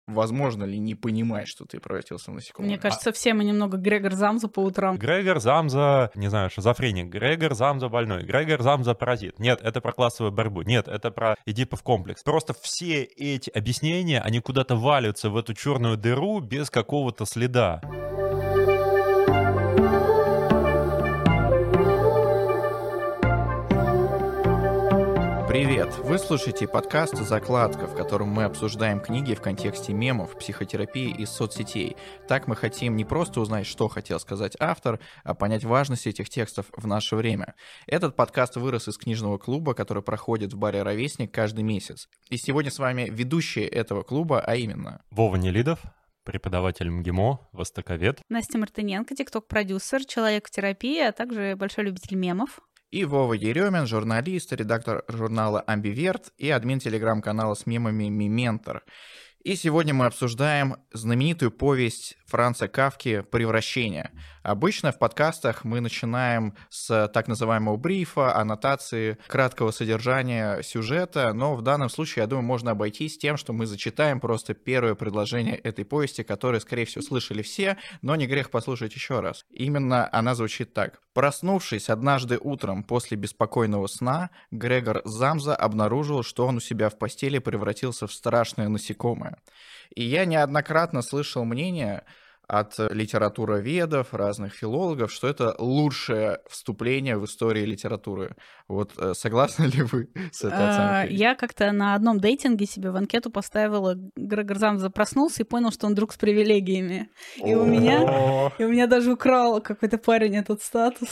возможно ли не понимать, что ты превратился в насекомое? Мне кажется, все мы немного Грегор Замза по утрам. Грегор Замза, не знаю, шизофреник. Грегор Замза больной. Грегор Замза паразит. Нет, это про классовую борьбу. Нет, это про Эдипов комплекс. Просто все эти объяснения, они куда-то валятся в эту черную дыру без какого-то следа. Привет! Вы слушаете подкаст «Закладка», в котором мы обсуждаем книги в контексте мемов, психотерапии и соцсетей. Так мы хотим не просто узнать, что хотел сказать автор, а понять важность этих текстов в наше время. Этот подкаст вырос из книжного клуба, который проходит в баре «Ровесник» каждый месяц. И сегодня с вами ведущие этого клуба, а именно... Вова Нелидов, преподаватель МГИМО, востоковед. Настя Мартыненко, тикток-продюсер, человек в терапии, а также большой любитель мемов. И Вова Еремин, журналист, редактор журнала «Амбиверт» и админ телеграм-канала с мемами «Мементор». И сегодня мы обсуждаем знаменитую повесть Франца Кафки «Превращение». Обычно в подкастах мы начинаем с так называемого брифа, аннотации, краткого содержания сюжета, но в данном случае, я думаю, можно обойтись тем, что мы зачитаем просто первое предложение этой повести, которое, скорее всего, слышали все, но не грех послушать еще раз. Именно она звучит так. Проснувшись однажды утром после беспокойного сна, Грегор Замза обнаружил, что он у себя в постели превратился в страшное насекомое. И я неоднократно слышал мнение от литературоведов, разных филологов, что это лучшее вступление в историю литературы. Вот согласны ли вы с этой оценкой? Я как-то на одном дейтинге себе в анкету поставила Грегор Замза проснулся и понял, что он друг с привилегиями. И у меня даже украл какой-то парень этот статус.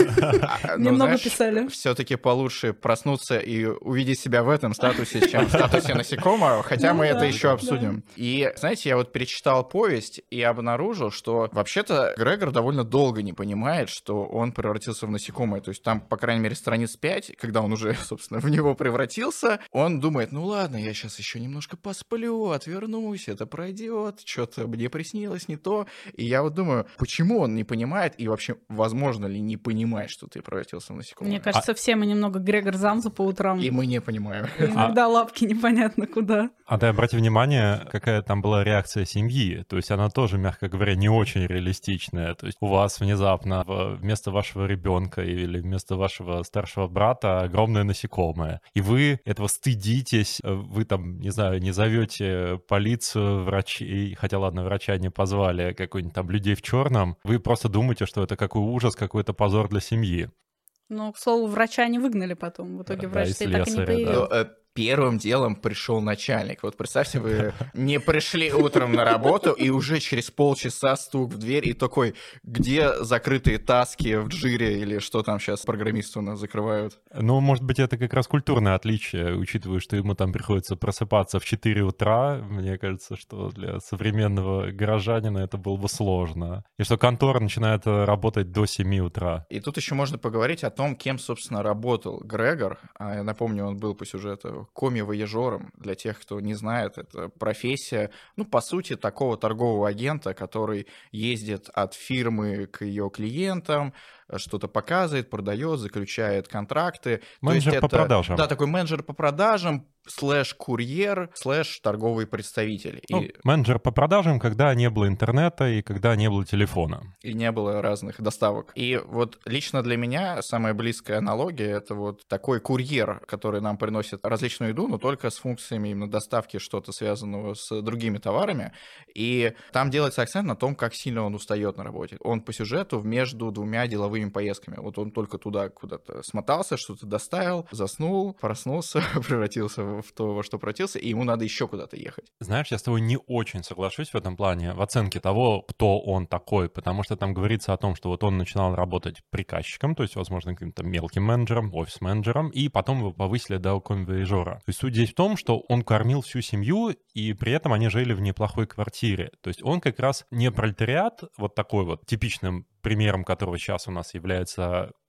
Мне много писали. Все-таки получше проснуться и увидеть себя в этом статусе, чем в статусе насекомого, хотя мы это еще обсудим. И, знаете, я вот перечитал повесть и обнаружил, что вообще-то Грегор довольно долго не понимает, что он превратился в насекомое. То есть там, по крайней мере, страниц 5, когда он уже, собственно, в него превратился, он думает, ну ладно, я сейчас еще немножко посплю, отвернусь, это пройдет, что-то мне приснилось не то. И я вот думаю, почему он не понимает и вообще, возможно ли не понимать, что ты превратился в насекомое? Мне кажется, все мы немного Грегор Замза по утрам. И мы не понимаем. Иногда лапки непонятно куда. А ты обрати внимание, какая там была реакция семьи. То есть она тоже, мягко говоря, не очень реалистичная. То есть у вас внезапно вместо вашего ребенка или вместо вашего старшего брата огромное насекомое. И вы этого стыдитесь, вы там, не знаю, не зовете полицию, врачей, хотя ладно, врача не позвали, какой-нибудь там людей в черном. Вы просто думаете, что это какой ужас, какой-то позор для семьи. Ну, к слову, врача не выгнали потом. В итоге врач так и не появился. Первым делом пришел начальник. Вот представьте, вы не пришли утром на работу, и уже через полчаса стук в дверь, и такой, где закрытые таски в Джире, или что там сейчас программисты у нас закрывают? Ну, может быть, это как раз культурное отличие, учитывая, что ему там приходится просыпаться в 4 утра. Мне кажется, что для современного горожанина это было бы сложно. И что контора начинает работать до 7 утра. И тут еще можно поговорить о том, кем, собственно, работал Грегор. Я напомню, он был по сюжету коми-вояжером. Для тех, кто не знает, это профессия, ну, по сути, такого торгового агента, который ездит от фирмы к ее клиентам, что-то показывает, продает, заключает контракты. Менеджер по продажам. Да, такой менеджер по продажам, /курьер, /торговый представитель. Ну, менеджер по продажам, когда не было интернета и когда не было телефона. И не было разных доставок. И вот лично для меня самая близкая аналогия — это вот такой курьер, который нам приносит различную еду, но только с функциями именно доставки что-то связанного с другими товарами. И там делается акцент на том, как сильно он устает на работе. Он по сюжету между двумя деловыми поездками. Вот он только туда куда-то смотался, что-то доставил, заснул, проснулся, превратился в то, во что превратился, и ему надо еще куда-то ехать. Знаешь, я с тобой не очень соглашусь в этом плане, в оценке того, кто он такой, потому что там говорится о том, что вот он начинал работать приказчиком, то есть, возможно, каким-то мелким менеджером, офис-менеджером, и потом его повысили до коми-вояжера. То есть суть здесь в том, что он кормил всю семью, и при этом они жили в неплохой квартире. То есть он как раз не пролетариат, вот такой вот типичным примером которого сейчас у нас является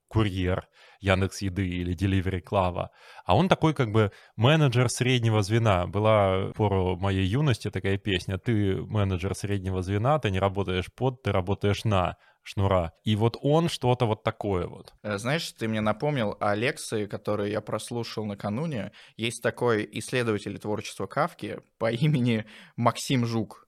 курьер Яндекс.Еды или Delivery Club, а он такой как бы менеджер среднего звена. Была в пору моей юности такая песня: ты менеджер среднего звена, ты не работаешь под, ты работаешь на шнура. И вот он что-то вот такое вот. Знаешь, ты мне напомнил о лекции, которую я прослушал накануне. Есть такой исследователь творчества Кафки по имени Максим Жук.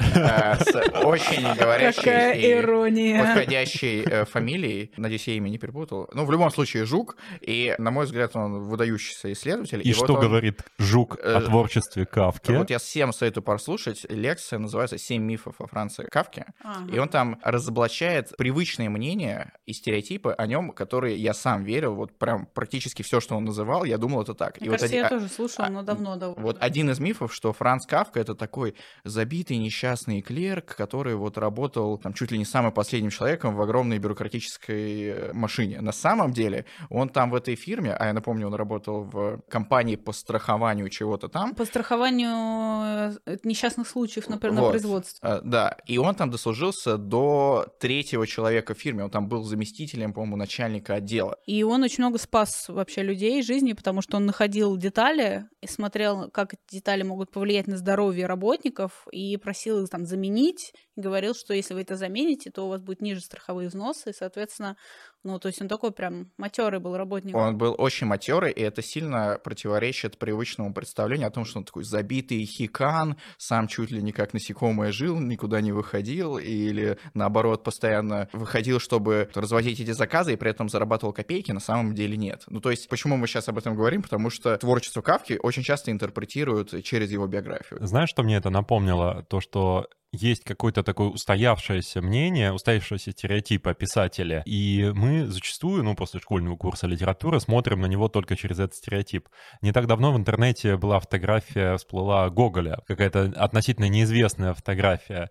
С очень говорящей и подходящей фамилией. Надеюсь, я имя не перепутал. Ну, в любом случае, Жук. И, на мой взгляд, он выдающийся исследователь. И что говорит Жук о творчестве Кафки? Вот я всем советую послушать. Лекция называется «7 мифов о Франце Кафке». И он там разоблачает привычные мнения и стереотипы о нем, которые я сам верил. Вот прям практически все, что он называл, я думал, это так. Мне кажется, я тоже слушала, но давно. Вот один из мифов, что Франц Кафка — это такой забитый, несчастный клерк, который вот работал там чуть ли не самым последним человеком в огромной бюрократической машине. На самом деле он там в этой фирме, а я напомню, он работал в компании по страхованию чего-то там. По страхованию несчастных случаев, например, на производстве. Да, и он там дослужился до 3-го человека в фирме. Он там был заместителем, по-моему, начальника отдела. И он очень много спас вообще людей, жизни, потому что он находил детали и смотрел, как эти детали могут повлиять на здоровье работников, и просил их там заменить, и говорил, что если вы это замените, то у вас будет ниже страховые взносы, и, соответственно, ну, то есть он такой прям матерый был работник. Он был очень матерый, и это сильно противоречит привычному представлению о том, что он такой забитый хикан, сам чуть ли не как насекомое жил, никуда не выходил, или наоборот постоянно выходил, чтобы разводить эти заказы, и при этом зарабатывал копейки, на самом деле нет. Ну, то есть, почему мы сейчас об этом говорим? Потому что творчество Кафки очень часто интерпретируют через его биографию. Знаешь, что мне это напомнило? То, что есть какое-то такое устоявшееся мнение, устоявшийся стереотип о писателе, и мы зачастую, ну, после школьного курса литературы смотрим на него только через этот стереотип. Не так давно в интернете была фотография, всплыла Гоголя, какая-то относительно неизвестная фотография,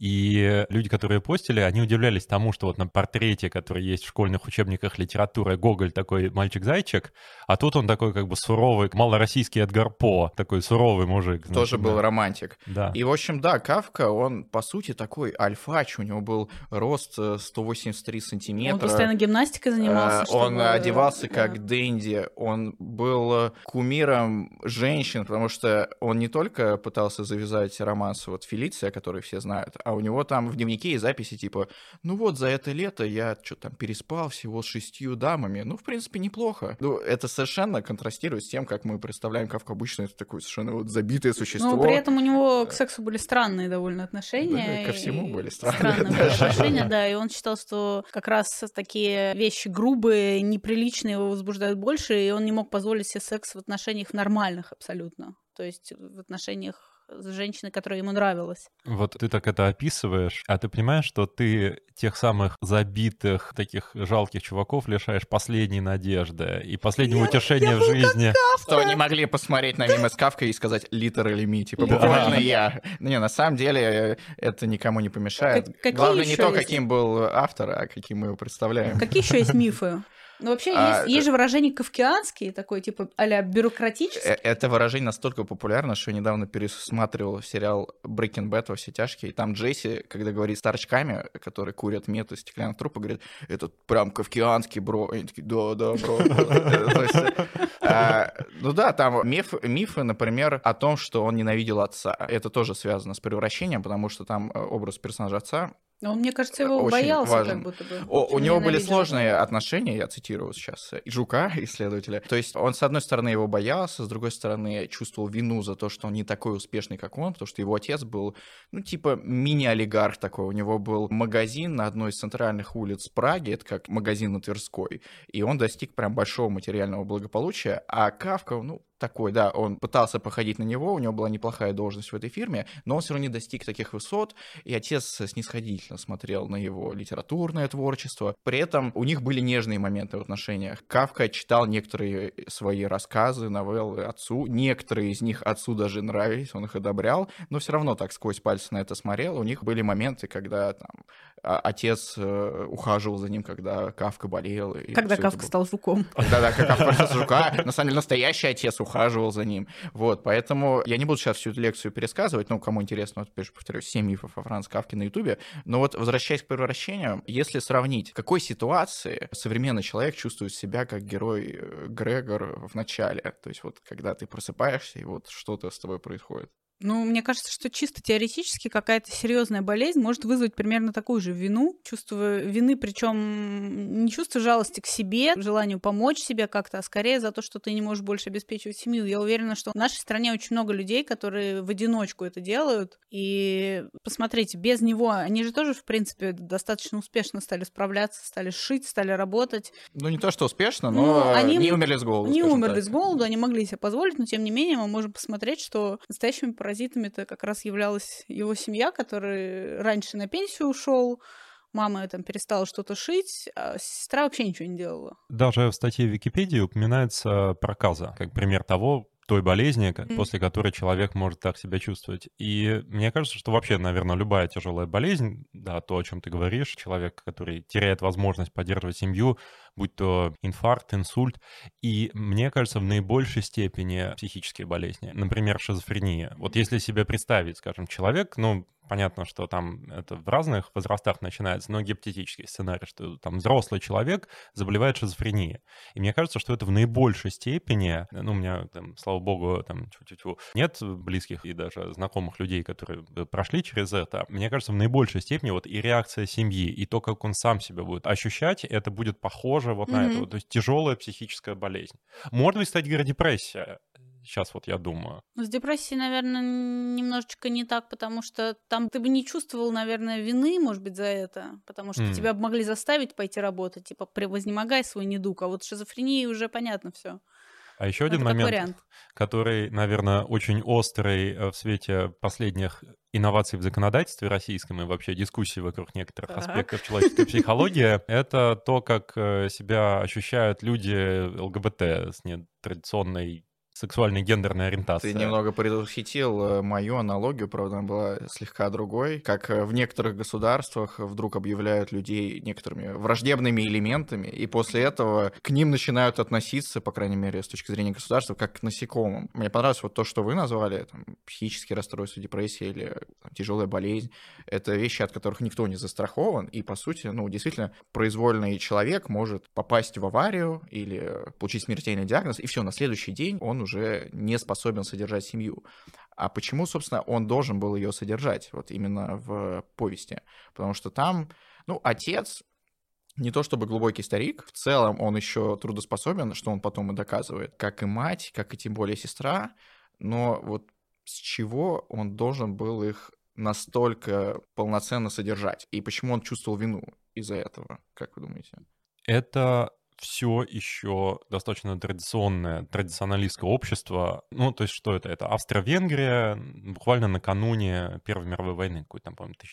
и люди, которые постили, они удивлялись тому, что вот на портрете, который есть в школьных учебниках литературы, Гоголь такой мальчик-зайчик, а тут он такой как бы суровый, малороссийский Эдгар По, такой суровый мужик. Тоже был романтик. Да. И, в общем, да, Кафка, он, по сути, такой альфач, у него был рост 183 сантиметра. Он постоянно гимнастикой занимался. Он одевался как дэнди, он был кумиром женщин, потому что он не только пытался завязать роман с вот Фелицией, который все знают, а у него там в дневнике есть записи типа: ну вот, за это лето я что-то там переспал всего с 6 дамами. Ну, в принципе, неплохо. Ну, это совершенно контрастирует с тем, как мы представляем Кафку. Обычно это такое совершенно вот забитое существо. Но при этом у него к сексу были странные довольно отношения. Да, ко всему были странные отношения, да, и он считал, что как раз такие вещи грубые, неприличные его возбуждают больше, и он не мог позволить себе секс в отношениях нормальных абсолютно, то есть в отношениях с женщиной, которая ему нравилась. Вот ты так это описываешь, а ты понимаешь, что ты тех самых забитых, таких жалких чуваков лишаешь последней надежды и последнего утешения в жизни. Что они могли посмотреть на мемы с Кафкой и сказать literally me, типа буквально я. Не, на самом деле это никому не помешает. Главное не то, каким был автор, а каким мы его представляем. Какие еще есть мифы? Ну, вообще, есть же выражение кавкианский, такой, типа, а-ля бюрократический. Это выражение настолько популярно, что я недавно пересматривал сериал Breaking Bad во все тяжкие, и там Джесси, когда говорит с торчками, которые курят мет из стеклянных трубок, говорит: это прям кавкианский, бро. И они такие: да, бро. Ну да, там мифы, например, о том, что он ненавидел отца. Это тоже связано с превращением, потому что там образ персонажа отца, он, мне кажется, его боялся важен. Как будто бы. У него были сложные отношения, я цитирую сейчас Жука, исследователя. То есть он, с одной стороны, его боялся, с другой стороны, чувствовал вину за то, что он не такой успешный, как он, потому что его отец был, ну, типа, мини-олигарх такой. У него был магазин на одной из центральных улиц Праги, это как магазин на Тверской, и он достиг прям большого материального благополучия, а Кафка, ну, такой, да, он пытался походить на него, у него была неплохая должность в этой фирме, но он все равно не достиг таких высот, и отец снисходительно смотрел на его литературное творчество. При этом у них были нежные моменты в отношениях. Кафка читал некоторые свои рассказы, новеллы отцу, некоторые из них отцу даже нравились, он их одобрял, но все равно так сквозь пальцы на это смотрел. У них были моменты, когда там отец ухаживал за ним, когда Кафка болел. Когда Кафка стал жуком. Да, как Кафка стал жука, на самом деле настоящий отец ухаживал за ним. Вот, поэтому я не буду сейчас всю эту лекцию пересказывать, кому интересно, опять же, повторюсь, 7 мифов о Франце Кафке на Ютубе. Но вот, возвращаясь к «Превращению», если сравнить, в какой ситуации современный человек чувствует себя как герой Грегор в начале, то есть вот когда ты просыпаешься, и вот что-то с тобой происходит. Мне кажется, что чисто теоретически какая-то серьезная болезнь может вызвать примерно такую же вину, чувство вины, причем не чувство жалости к себе, желанию помочь себе как-то, а скорее за то, что ты не можешь больше обеспечивать семью. Я уверена, что в нашей стране очень много людей, которые в одиночку это делают, и посмотрите, без него они же тоже, в принципе, достаточно успешно стали справляться, стали шить, стали работать. Не то, что успешно, но они не умерли с голоду. Не умерли с голоду, они могли себе позволить, но тем не менее мы можем посмотреть, что настоящими паразитами-то как раз являлась его семья, который раньше на пенсию ушел, мама там перестала что-то шить, а сестра вообще ничего не делала. Даже в статье в Википедии упоминается проказа, как пример той болезни, после которой человек может так себя чувствовать. И мне кажется, что вообще, наверное, любая тяжелая болезнь, да, то, о чем ты говоришь, человек, который теряет возможность поддерживать семью, будь то инфаркт, инсульт, и, мне кажется, в наибольшей степени психические болезни, например, шизофрения. Вот если себе представить, скажем, человек, понятно, что там это в разных возрастах начинается, но гипотетический сценарий, что там взрослый человек заболевает шизофренией. И мне кажется, что это в наибольшей степени, у меня, слава богу, нет близких и даже знакомых людей, которые прошли через это. Мне кажется, в наибольшей степени вот и реакция семьи, и то, как он сам себя будет ощущать, это будет похоже вот на это. То есть тяжелая психическая болезнь. Может быть, кстати говоря, депрессия. Сейчас вот я думаю. С депрессией, наверное, немножечко не так, потому что там ты бы не чувствовал, наверное, вины, может быть, за это, потому что тебя бы могли заставить пойти работать, типа, превознемогай свой недуг, а вот с шизофренией уже понятно все. А еще один момент, который, наверное, очень острый в свете последних инноваций в законодательстве российском и вообще дискуссий вокруг некоторых аспектов человеческой психологии, это то, как себя ощущают люди ЛГБТ с нетрадиционной сексуальной гендерной ориентации. Ты немного предвосхитил мою аналогию, правда, она была слегка другой. Как в некоторых государствах вдруг объявляют людей некоторыми враждебными элементами, и после этого к ним начинают относиться, по крайней мере, с точки зрения государства, как к насекомым. Мне понравилось вот то, что вы назвали, психические расстройства, депрессия или тяжелая болезнь. Это вещи, от которых никто не застрахован, и, по сути, действительно, произвольный человек может попасть в аварию или получить смертельный диагноз, и все, на следующий день он уже не способен содержать семью. А почему, собственно, он должен был ее содержать, вот именно в повести? Потому что там, отец не то чтобы глубокий старик, в целом он еще трудоспособен, что он потом и доказывает, как и мать, как и тем более сестра, но вот с чего он должен был их настолько полноценно содержать? И почему он чувствовал вину из-за этого, как вы думаете? Это все еще достаточно традиционалистское общество. То есть что это? Это Австро-Венгрия, буквально накануне Первой мировой войны, какой-то там, по-моему,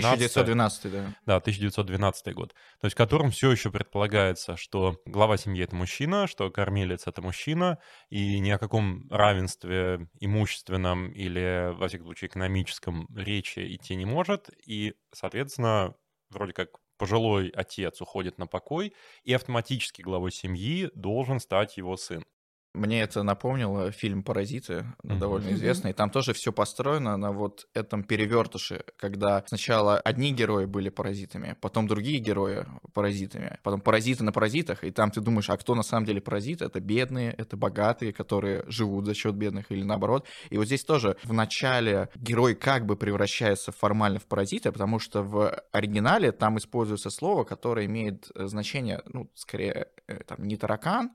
1912, да. Да, 1912 год. То есть в котором все еще предполагается, что глава семьи — это мужчина, что кормилец — это мужчина, и ни о каком равенстве имущественном или, во всяком случае, экономическом речи идти не может. И, соответственно, вроде как пожилой отец уходит на покой, и автоматически главой семьи должен стать его сын. Мне это напомнило фильм «Паразиты», довольно известный. Там тоже все построено на вот этом перевертыше, когда сначала одни герои были паразитами, потом другие герои паразитами, потом паразиты на паразитах, и там ты думаешь, а кто на самом деле паразит? Это бедные, это богатые, которые живут за счет бедных или наоборот. И вот здесь тоже в начале герой как бы превращается формально в паразита, потому что в оригинале там используется слово, которое имеет значение, скорее, там, не таракан,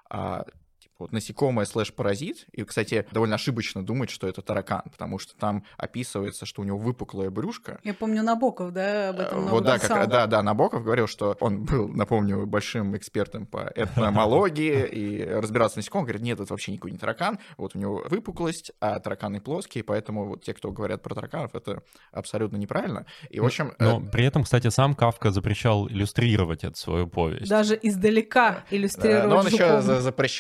а насекомое /паразит, и, кстати, довольно ошибочно думать, что это таракан, потому что там описывается, что у него выпуклое брюшко. Я помню, Набоков, да, об этом много писал. Да, Набоков говорил, что он был, напомню, большим экспертом по этномологии и разбирался с насекомым, говорит, нет, это вообще никакой не таракан, вот у него выпуклость, а тараканы плоские, поэтому вот те, кто говорят про тараканов, это абсолютно неправильно. И, в общем... Но при этом, кстати, сам Кафка запрещал иллюстрировать эту свою повесть. Даже издалека иллюстрировать но он еще запрещал публиковать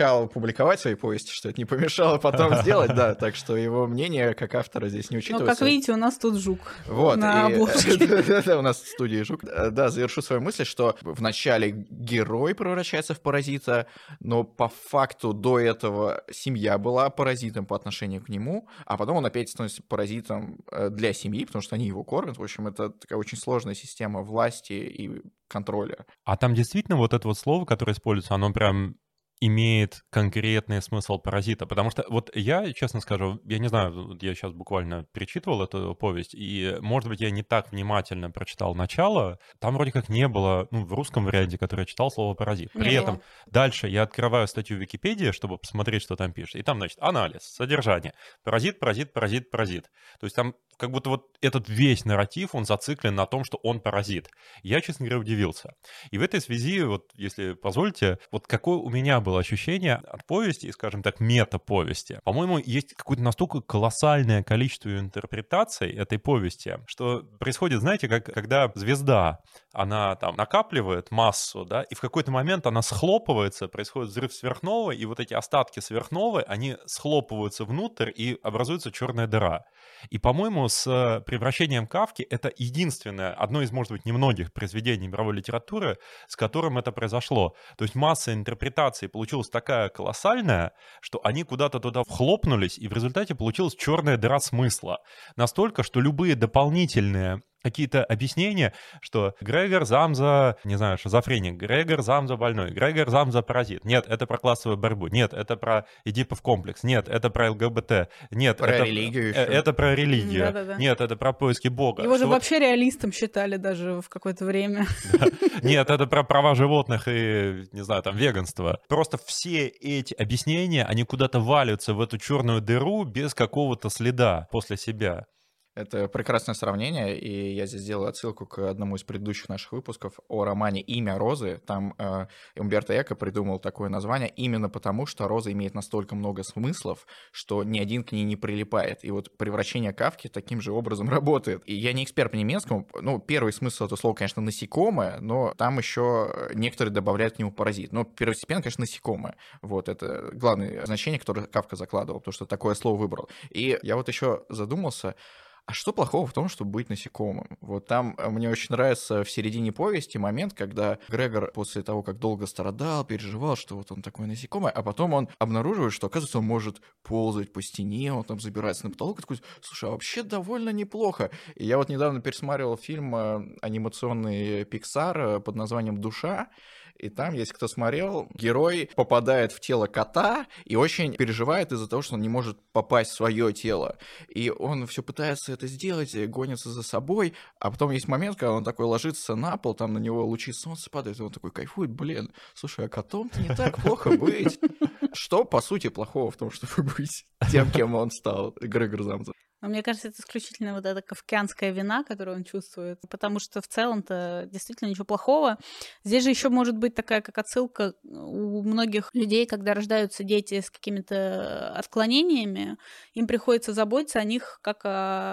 публиковать свои повести, что это не помешало потом сделать, да, так что его мнение как автора здесь не учитывается. Ну, как видите, у нас тут жук вот, на обложке. У нас в студии жук. Да, завершу свою мысль, что вначале герой превращается в паразита, но по факту до этого семья была паразитом по отношению к нему, а потом он опять становится паразитом для семьи, потому что они его кормят. В общем, это такая очень сложная система власти и контроля. А там действительно вот это вот слово, которое используется, оно прям имеет конкретный смысл паразита. Потому что вот я, честно скажу, я не знаю, я сейчас буквально перечитывал эту повесть, и, может быть, я не так внимательно прочитал начало. Там вроде как не было, ну, в русском варианте, который я читал, слова паразит. При этом дальше я открываю статью в Википедии, чтобы посмотреть, что там пишет. И там, значит, анализ, содержание. Паразит, паразит, паразит, паразит. То есть там как будто вот этот весь нарратив, он зациклен на том, что он паразит. Я, честно говоря, удивился. И в этой связи, вот если позволите, вот какое у меня было ощущение от повести, скажем так, мета-повести. По-моему, есть какое-то настолько колоссальное количество интерпретаций этой повести, что происходит, знаете, как когда звезда, она там накапливает массу, да, и в какой-то момент она схлопывается, происходит взрыв сверхновой, и вот эти остатки сверхновой, они схлопываются внутрь, и образуется черная дыра. И, по-моему, с превращением Кафки это единственное, одно из, может быть, немногих произведений мировой литературы, с которым это произошло. То есть масса интерпретаций получилась такая колоссальная, что они куда-то туда вхлопнулись, и в результате получилась черная дыра смысла. Настолько, что любые дополнительные какие-то объяснения, что Грегор Замза, не знаю, шизофреник, Грегор Замза больной, Грегор Замза паразит. Нет, это про классовую борьбу. Нет, это про Эдипов комплекс. Нет, это про ЛГБТ. Нет, про это религию еще. Это про религию. Да-да-да. Нет, это про поиски Бога. Его же вообще реалистом считали даже в какое-то время. Нет, это про права животных и, не знаю, там, веганство. Просто все эти объяснения, они куда-то валятся в эту черную дыру без какого-то следа после себя. Это прекрасное сравнение, и я здесь сделаю отсылку к одному из предыдущих наших выпусков о романе «Имя Розы». Там Умберто Эко придумал такое название именно потому, что Роза имеет настолько много смыслов, что ни один к ней не прилипает. И вот превращение Кафки таким же образом работает. И я не эксперт по немецкому. Ну, первый смысл этого слова, конечно, насекомое, но там еще некоторые добавляют к нему паразит. Но первостепенно, конечно, насекомое. Вот, это главное значение, которое Кафка закладывал, потому что такое слово выбрал. И я вот еще задумался, а что плохого в том, чтобы быть насекомым? Вот там мне очень нравится в середине повести момент, когда Грегор после того, как долго страдал, переживал, что вот он такой насекомый, а потом он обнаруживает, что, оказывается, он может ползать по стене, он там забирается на потолок, и такой, слушай, а вообще довольно неплохо. И я вот недавно пересматривал фильм анимационный Pixar под названием «Душа», и там, если кто смотрел, герой попадает в тело кота и очень переживает из-за того, что он не может попасть в свое тело. И он все пытается это сделать, гонится за собой, а потом есть момент, когда он такой ложится на пол, там на него лучи солнца падают, и он такой кайфует, блин, слушай, а котом-то не так плохо быть. Что, по сути, плохого в том, чтобы быть тем, кем он стал, Грегор Замза? Но мне кажется, это исключительно вот эта кафкианская вина, которую он чувствует, потому что в целом-то действительно ничего плохого. Здесь же еще может быть такая как отсылка у многих людей, когда рождаются дети с какими-то отклонениями, им приходится заботиться о них как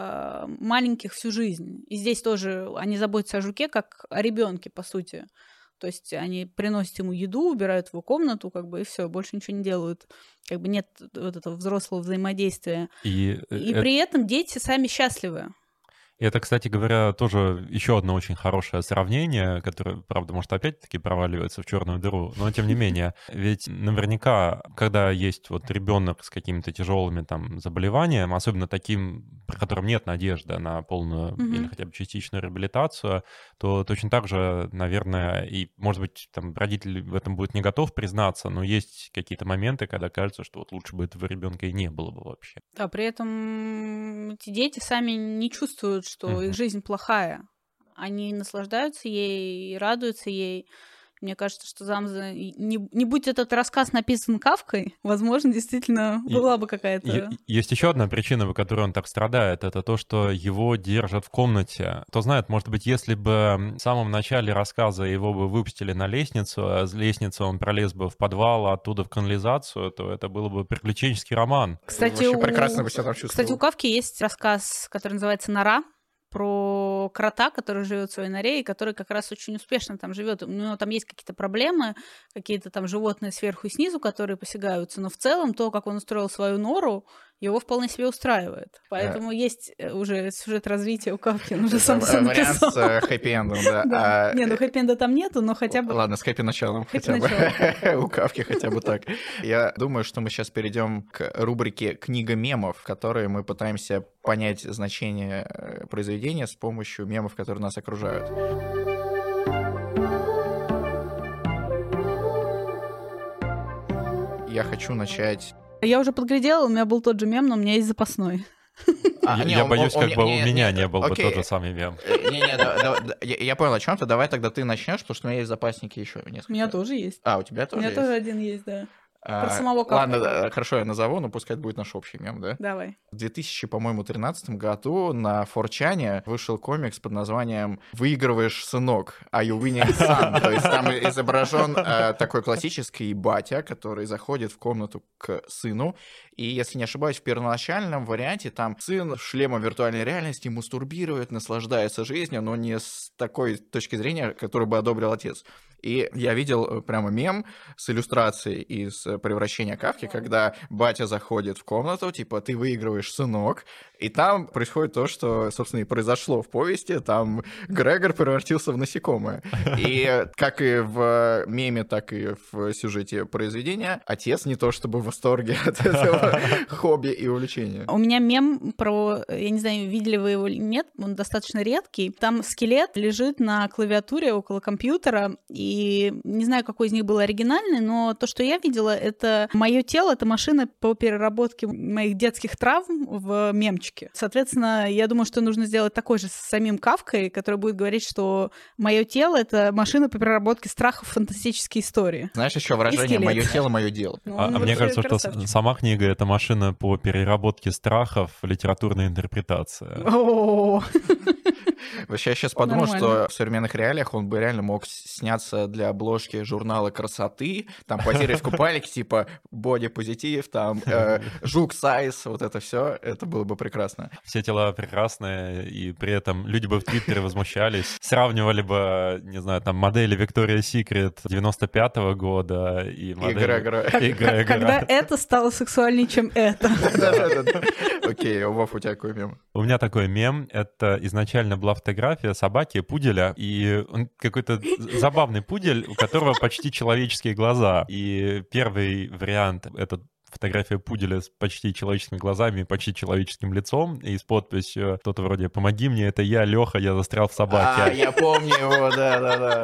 о маленьких всю жизнь. И здесь тоже они заботятся о жуке как о ребенке, по сути. То есть они приносят ему еду, убирают его комнату, как бы, и все, больше ничего не делают. Как бы нет вот этого взрослого взаимодействия. И при этом дети сами счастливы. Это, кстати говоря, тоже еще одно очень хорошее сравнение, которое, правда, может опять-таки проваливается в черную дыру, но тем не менее. Ведь наверняка, когда есть вот ребенок с какими-то тяжелыми там заболеваниями, особенно таким, при котором нет надежды на полную или хотя бы частичную реабилитацию, то точно так же, наверное, и, может быть, там родитель в этом будет не готов признаться, но есть какие-то моменты, когда кажется, что вот лучше бы этого ребенка и не было бы вообще. Да, при этом эти дети сами не чувствуют, что их жизнь плохая. Они наслаждаются ей, радуются ей. Мне кажется, что Замза... Не будь этот рассказ написан Кафкой, возможно, действительно была бы какая-то... Есть еще одна причина, по которой он так страдает. Это то, что его держат в комнате. Кто знает, может быть, если бы в самом начале рассказа его бы выпустили на лестницу, а с лестницы он пролез бы в подвал, а оттуда в канализацию, то это был бы приключенческий роман. Кстати, прекрасно бы себя там чувствовал. Кстати, у Кафки есть рассказ, который называется «Нора». про крота, который живет в своей норе, и который как раз очень успешно там живет. У него там есть какие-то проблемы, какие-то там животные сверху и снизу, которые посягаются, но в целом то, как он устроил свою нору, его вполне себе устраивает. Поэтому есть уже сюжет развития у Кафки, он уже сам все написал. Вариант с хэппи-эндом, да. Не, ну хэппи-энда там нету, но хотя бы... Ладно, с хэппи-началом хотя бы. У Кафки хотя бы так. Я думаю, что мы сейчас перейдем к рубрике «Книга мемов», в которой мы пытаемся понять значение произведения с помощью мемов, которые нас окружают. Я хочу начать... Я уже подглядела, у меня был тот же мем, но у меня есть запасной. Я боюсь, как бы у меня не был бы тот же самый мем. Я понял о чем-то. Давай тогда ты начнешь, потому что у меня есть в запаснике еще несколько. У меня тоже есть. У тебя тоже есть? У меня тоже один есть, да. Про самого Кафку. Ладно, хорошо, я назову, но пускай это будет наш общий мем, да? Давай. В 2013 году на 4чане вышел комикс под названием «Выигрываешь, сынок», «Are you winning, son?». То есть там изображен такой классический батя, который заходит в комнату к сыну, и, если не ошибаюсь, в первоначальном варианте там сын в шлеме виртуальной реальности мастурбирует, наслаждается жизнью, но не с такой точки зрения, которую бы одобрил отец. И я видел прямо мем с иллюстрацией из «Превращения Кафки», когда батя заходит в комнату, типа «ты выигрываешь, сынок», и там происходит то, что, собственно, и произошло в повести, там Грегор превратился в насекомое. И как и в меме, так и в сюжете произведения, отец не то чтобы в восторге от этого хобби и увлечения. У меня мем про, я не знаю, видели вы его или нет, он достаточно редкий. Там скелет лежит на клавиатуре около компьютера, и не знаю, какой из них был оригинальный, но то, что я видела, это «Мое тело», это машина по переработке моих детских травм в мемчик. Соответственно, я думаю, что нужно сделать такой же с самим Кафкой, который будет говорить, что «Мое тело» — это машина по переработке страхов в фантастические истории. Знаешь еще выражение «Мое тело, мое дело». Мне кажется, что сама книга — это машина по переработке страхов, литературная интерпретация. Вообще, я сейчас подумал, что в современных реалиях он бы реально мог сняться для обложки журнала красоты, там позировать в купальнике, типа боди-позитив, там жук-сайз, вот это все, это было бы прекрасно. Все тела прекрасные, и при этом люди бы в Твиттере возмущались, сравнивали бы, не знаю, там модели Victoria's Secret 95-го года и модели... Грегора. Когда это стало сексуальнее, чем это. Окей, Вов, у тебя какой мем? У меня такой мем, это изначально была фотография собаки, пуделя, и он какой-то забавный пудель, у которого почти человеческие глаза. И первый вариант — это фотография пуделя с почти человеческими глазами и почти человеческим лицом, и с подписью что-то вроде «Помоги мне, это я, Лёха, я застрял в собаке». Я помню его, да.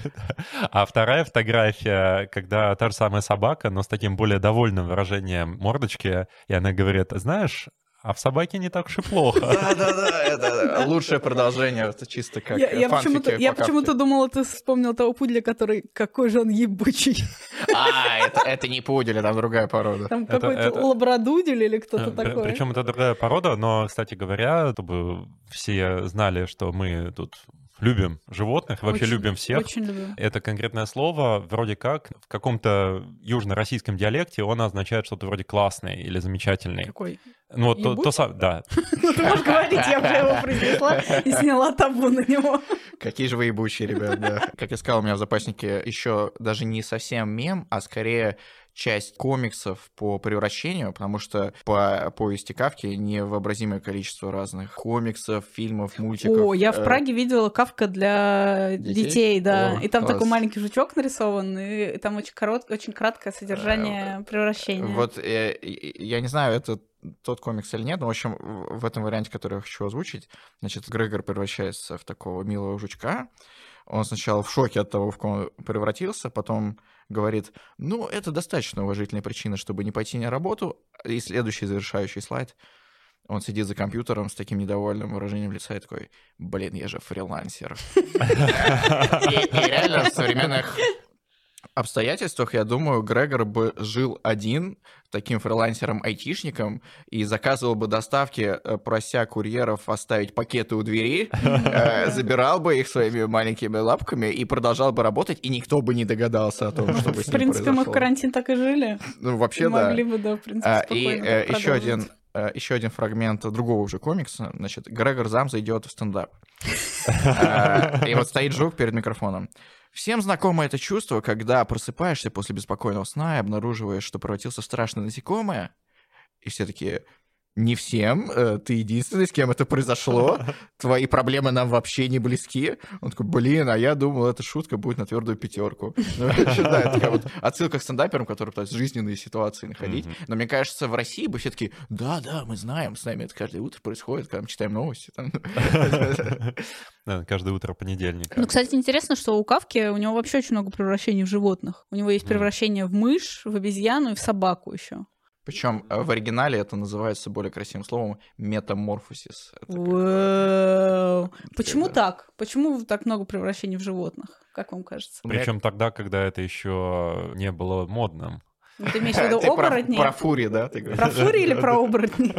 А вторая фотография, когда та же самая собака, но с таким более довольным выражением мордочки, и она говорит: «Знаешь, а в собаке не так уж и плохо». Да, это лучшее продолжение, это чисто как фанфики. Я почему-то думала, ты вспомнил того пуделя, который какой же он ебучий. Это не пудель, там другая порода. Там какой-то лабрадудель или кто-то такой. Причем это другая порода, но, кстати говоря, чтобы все знали, что мы тут любим животных, вообще любим всех. Очень любим. Это конкретное слово вроде как в каком-то южно-российском диалекте оно означает что-то вроде классный или замечательный. Какой? Ну, вот то самое, да. Ну, ты можешь говорить, я уже его произнесла и сняла табу на него. Какие же вы ебучие, ребят, да. Как я сказал, у меня в запаснике еще даже не совсем мем, а скорее часть комиксов по превращению, потому что по повести Кафки невообразимое количество разных комиксов, фильмов, мультиков. О, я в Праге видела Кафка для детей, да. И там такой маленький жучок нарисован, и там очень краткое содержание превращения. Вот я не знаю, это тот комикс или нет, но, в общем, в этом варианте, который я хочу озвучить, значит, Грегор превращается в такого милого жучка. Он сначала в шоке от того, в кого он превратился, потом говорит: ну, это достаточно уважительная причина, чтобы не пойти на работу. И следующий завершающий слайд. Он сидит за компьютером с таким недовольным выражением лица и такой: блин, я же фрилансер. И реально в современных обстоятельствах, я думаю, Грегор бы жил один таким фрилансером-айтишником и заказывал бы доставки, прося курьеров оставить пакеты у двери, забирал бы их своими маленькими лапками и продолжал бы работать, и никто бы не догадался о том, что бы с ним произошло. В принципе, мы в карантин так и жили. Ну, вообще, да. Могли бы, да, в принципе, спокойно И еще один еще один фрагмент другого уже комикса. Значит, Грегор Замза идет в стендап. И вот стоит Жук перед микрофоном. Всем знакомо это чувство, когда просыпаешься после беспокойного сна и обнаруживаешь, что превратился в страшное насекомое. И все такие... Не всем, ты единственный, с кем это произошло, твои проблемы нам вообще не близки. Он такой, блин, а я думал, эта шутка будет на твердую 5. Да, такая вот отсылка к стендаперам, которые пытаются жизненные ситуации находить. Но мне кажется, в России бы все таки да, мы знаем, с нами это каждое утро происходит, когда мы читаем новости. Да, каждое утро понедельник. Ну, кстати, интересно, что у Кафки, у него вообще очень много превращений в животных. У него есть превращение в мышь, в обезьяну и в собаку еще. Причем в оригинале это называется более красивым словом метаморфозис. Почему так? Почему так много превращений в животных? Как вам кажется? Причем тогда, когда это еще не было модным. Ты имеешь в виду оборотни? Про фури, да? Про фури или про оборотни?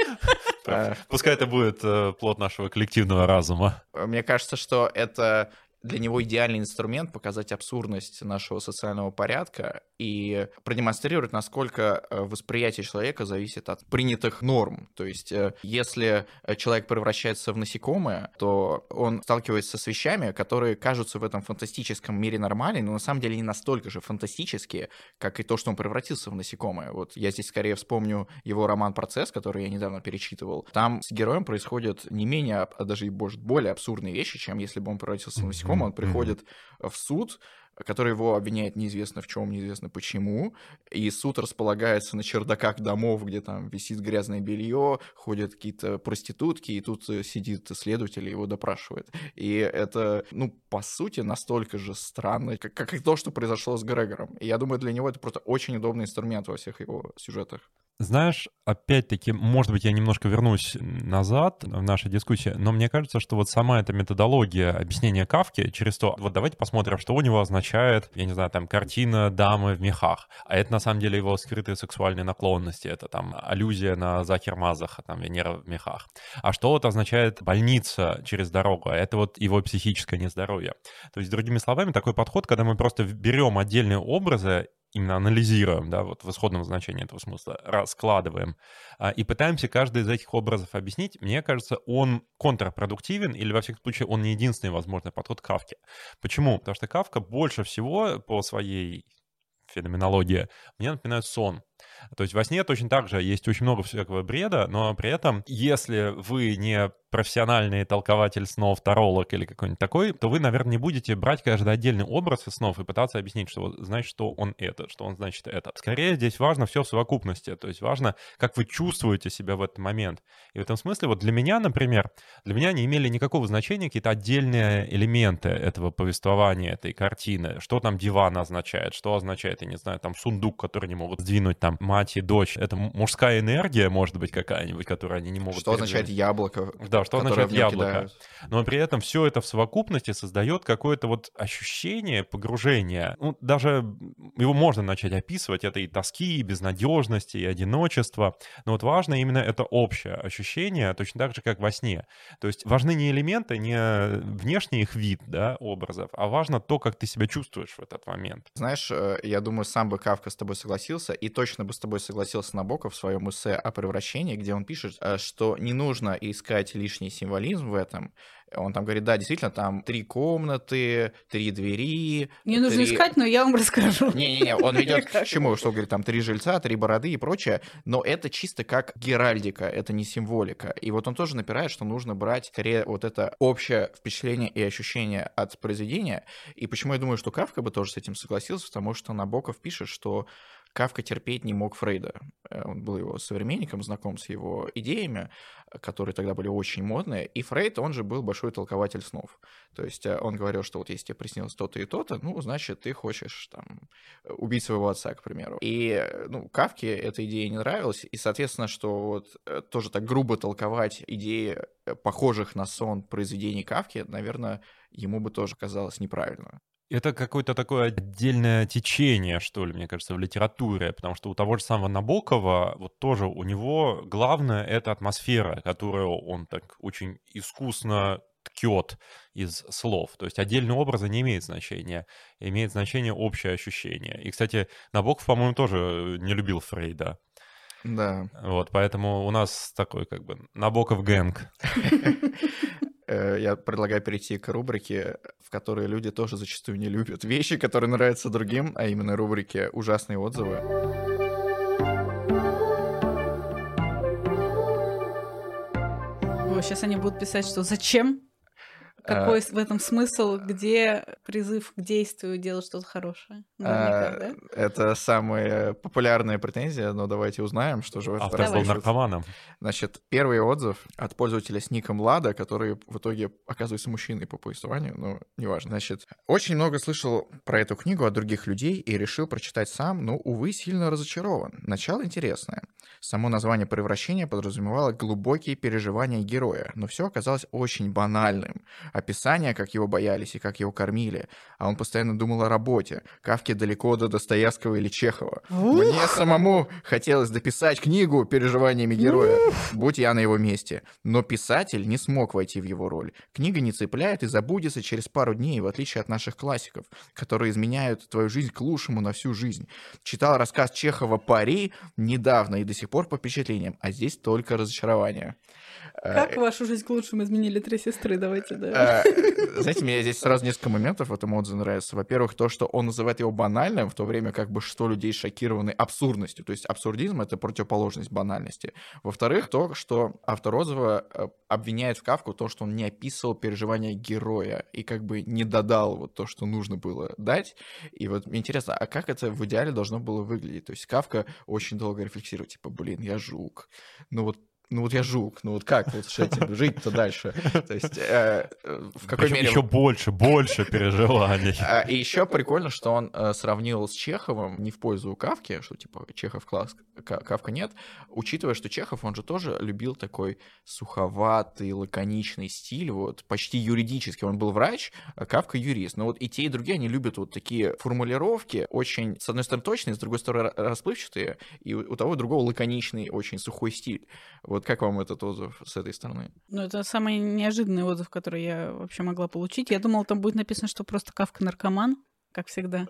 Пускай это будет плод нашего коллективного разума. Мне кажется, что это для него идеальный инструмент показать абсурдность нашего социального порядка и продемонстрировать, насколько восприятие человека зависит от принятых норм. То есть, если человек превращается в насекомое, то он сталкивается с вещами, которые кажутся в этом фантастическом мире нормальными, но на самом деле не настолько же фантастические, как и то, что он превратился в насекомое. Вот я здесь скорее вспомню его роман «Процесс», который я недавно перечитывал. Там с героем происходят не менее, а даже и более абсурдные вещи, чем если бы он превратился в насекомое. Он приходит в суд, который его обвиняет неизвестно в чем, неизвестно почему, и суд располагается на чердаках домов, где там висит грязное белье, ходят какие-то проститутки, и тут сидит следователь и его допрашивает. И это, по сути, настолько же странно, как и то, что произошло с Грегором. И я думаю, для него это просто очень удобный инструмент во всех его сюжетах. Знаешь, опять-таки, может быть, я немножко вернусь назад в нашей дискуссии, но мне кажется, что вот сама эта методология объяснения Кафки через то, вот давайте посмотрим, что у него означает, я не знаю, там, картина дамы в мехах, а это на самом деле его скрытые сексуальные наклонности, это там аллюзия на Захер Мазаха, там, Венера в мехах. А что вот означает больница через дорогу, а это вот его психическое нездоровье. То есть, другими словами, такой подход, когда мы просто берем отдельные образы, именно анализируем, да, вот в исходном значении этого смысла, раскладываем и пытаемся каждый из этих образов объяснить, мне кажется, он контрпродуктивен, или, во всяком случае, он не единственный возможный подход к Кафке. Почему? Потому что Кафка больше всего по своей феноменологии мне напоминает сон. То есть во сне точно так же есть очень много всякого бреда, но при этом, если вы не профессиональный толкователь снов, таролог или какой-нибудь такой, то вы, наверное, не будете брать каждый отдельный образ из снов и пытаться объяснить, что значит, что он это, что он значит это. Скорее здесь важно все в совокупности, то есть важно, как вы чувствуете себя в этот момент. И в этом смысле вот для меня, например, для меня не имели никакого значения какие-то отдельные элементы этого повествования, этой картины. Что там диван означает, что означает, я не знаю, там сундук, который не могут сдвинуть там мать и дочь. Это мужская энергия, может быть, какая-нибудь, которую они не могут... Что означает яблоко? Да, что означает яблоко. Но при этом все это в совокупности создает какое-то вот ощущение погружения. Даже его можно начать описывать, это и тоски, и безнадежности, и одиночество. Но вот важно именно это общее ощущение, точно так же, как во сне. То есть важны не элементы, не внешний их вид, да, образов, а важно то, как ты себя чувствуешь в этот момент. Знаешь, я думаю, сам бы Кафка с тобой согласился, и точно бы с тобой согласился Набоков в своем эссе о превращении, где он пишет, что не нужно искать лишний символизм в этом. Он там говорит, да, действительно, там 3 комнаты, 3 двери. Не нужно искать, но я вам расскажу. Не-не-не, он ведет к чему, что говорит, там 3 жильца, 3 бороды и прочее, но это чисто как геральдика, это не символика. И вот он тоже напирает, что нужно брать скорее вот это общее впечатление и ощущение от произведения. И почему я думаю, что Кафка бы тоже с этим согласился, потому что Набоков пишет, что Кафка терпеть не мог Фрейда. Он был его современником, знаком с его идеями, которые тогда были очень модные. И Фрейд, он же был большой толкователь снов. То есть он говорил, что вот если тебе приснилось то-то и то-то, значит, ты хочешь там убить своего отца, к примеру. И Кафке эта идея не нравилась. И, соответственно, что вот тоже так грубо толковать идеи похожих на сон произведений Кафки, наверное, ему бы тоже казалось неправильно. Это какое-то такое отдельное течение, что ли, мне кажется, в литературе, потому что у того же самого Набокова, вот тоже у него главное — это атмосфера, которую он так очень искусно ткет из слов. То есть отдельные образы не имеют значения, имеет значение общее ощущение. И, кстати, Набоков, по-моему, тоже не любил Фрейда. Да. Вот, поэтому у нас такой как бы Набоков гэнг. Я предлагаю перейти к рубрике, в которой люди тоже зачастую не любят вещи, которые нравятся другим, а именно рубрике «Ужасные отзывы». Сейчас они будут писать, что зачем? Какой в этом смысл? Где призыв к действию делать что-то хорошее? Наверняка, да? Это самая популярная претензия, но давайте узнаем, что же в этот Автор раз был пишут. наркоманом. Значит, первый отзыв от пользователя с ником Лада, который в итоге оказывается мужчиной по повествованию, но неважно. Значит, очень много слышал про эту книгу от других людей и решил прочитать сам, но, увы, сильно разочарован. Начало интересное. Само название «Превращение» подразумевало глубокие переживания героя, но все оказалось очень банальным. Описание, как его боялись и как его кормили, а он постоянно думал о работе. Кафке далеко до Достоевского или Чехова. Мне самому хотелось дописать книгу переживаниями героя, будь я на его месте. Но писатель не смог войти в его роль. Книга не цепляет и забудется через пару дней, в отличие от наших классиков, которые изменяют твою жизнь к лучшему на всю жизнь. Читал рассказ Чехова «Пари» недавно и до сих пор по впечатлениям, а здесь только разочарование. Как вашу жизнь к лучшему изменили «Три сестры»? Давайте, да. Знаете, мне здесь сразу несколько моментов в этом отзыве нравится. Во-первых, то, что он называет его банальным, в то время как большинство людей шокированы абсурдностью. То есть абсурдизм — это противоположность банальности. Во-вторых, то, что автор отзыва обвиняет в Кафку то, что он не описывал переживания героя и как бы не додал вот то, что нужно было дать. И вот мне интересно, а как это в идеале должно было выглядеть? То есть Кафка очень долго рефлексирует, типа, блин, я жук. Ну вот я жук, ну вот как вот с этим жить-то дальше? То есть в какой мере... Еще больше переживаний. И еще прикольно, что он сравнил с Чеховым не в пользу Кафки, что типа Чехов класс, Кафка нет, учитывая, что Чехов, он же тоже любил такой суховатый, лаконичный стиль, вот почти юридический. Он был врач, а Кафка юрист. Но вот и те, и другие, они любят вот такие формулировки, очень, с одной стороны, точные, с другой стороны, расплывчатые, и у того и другого лаконичный, очень сухой стиль. Вот как вам этот отзыв с этой стороны? Ну, это самый неожиданный отзыв, который я вообще могла получить. Я думала, там будет написано, что просто Кафка наркоман, как всегда.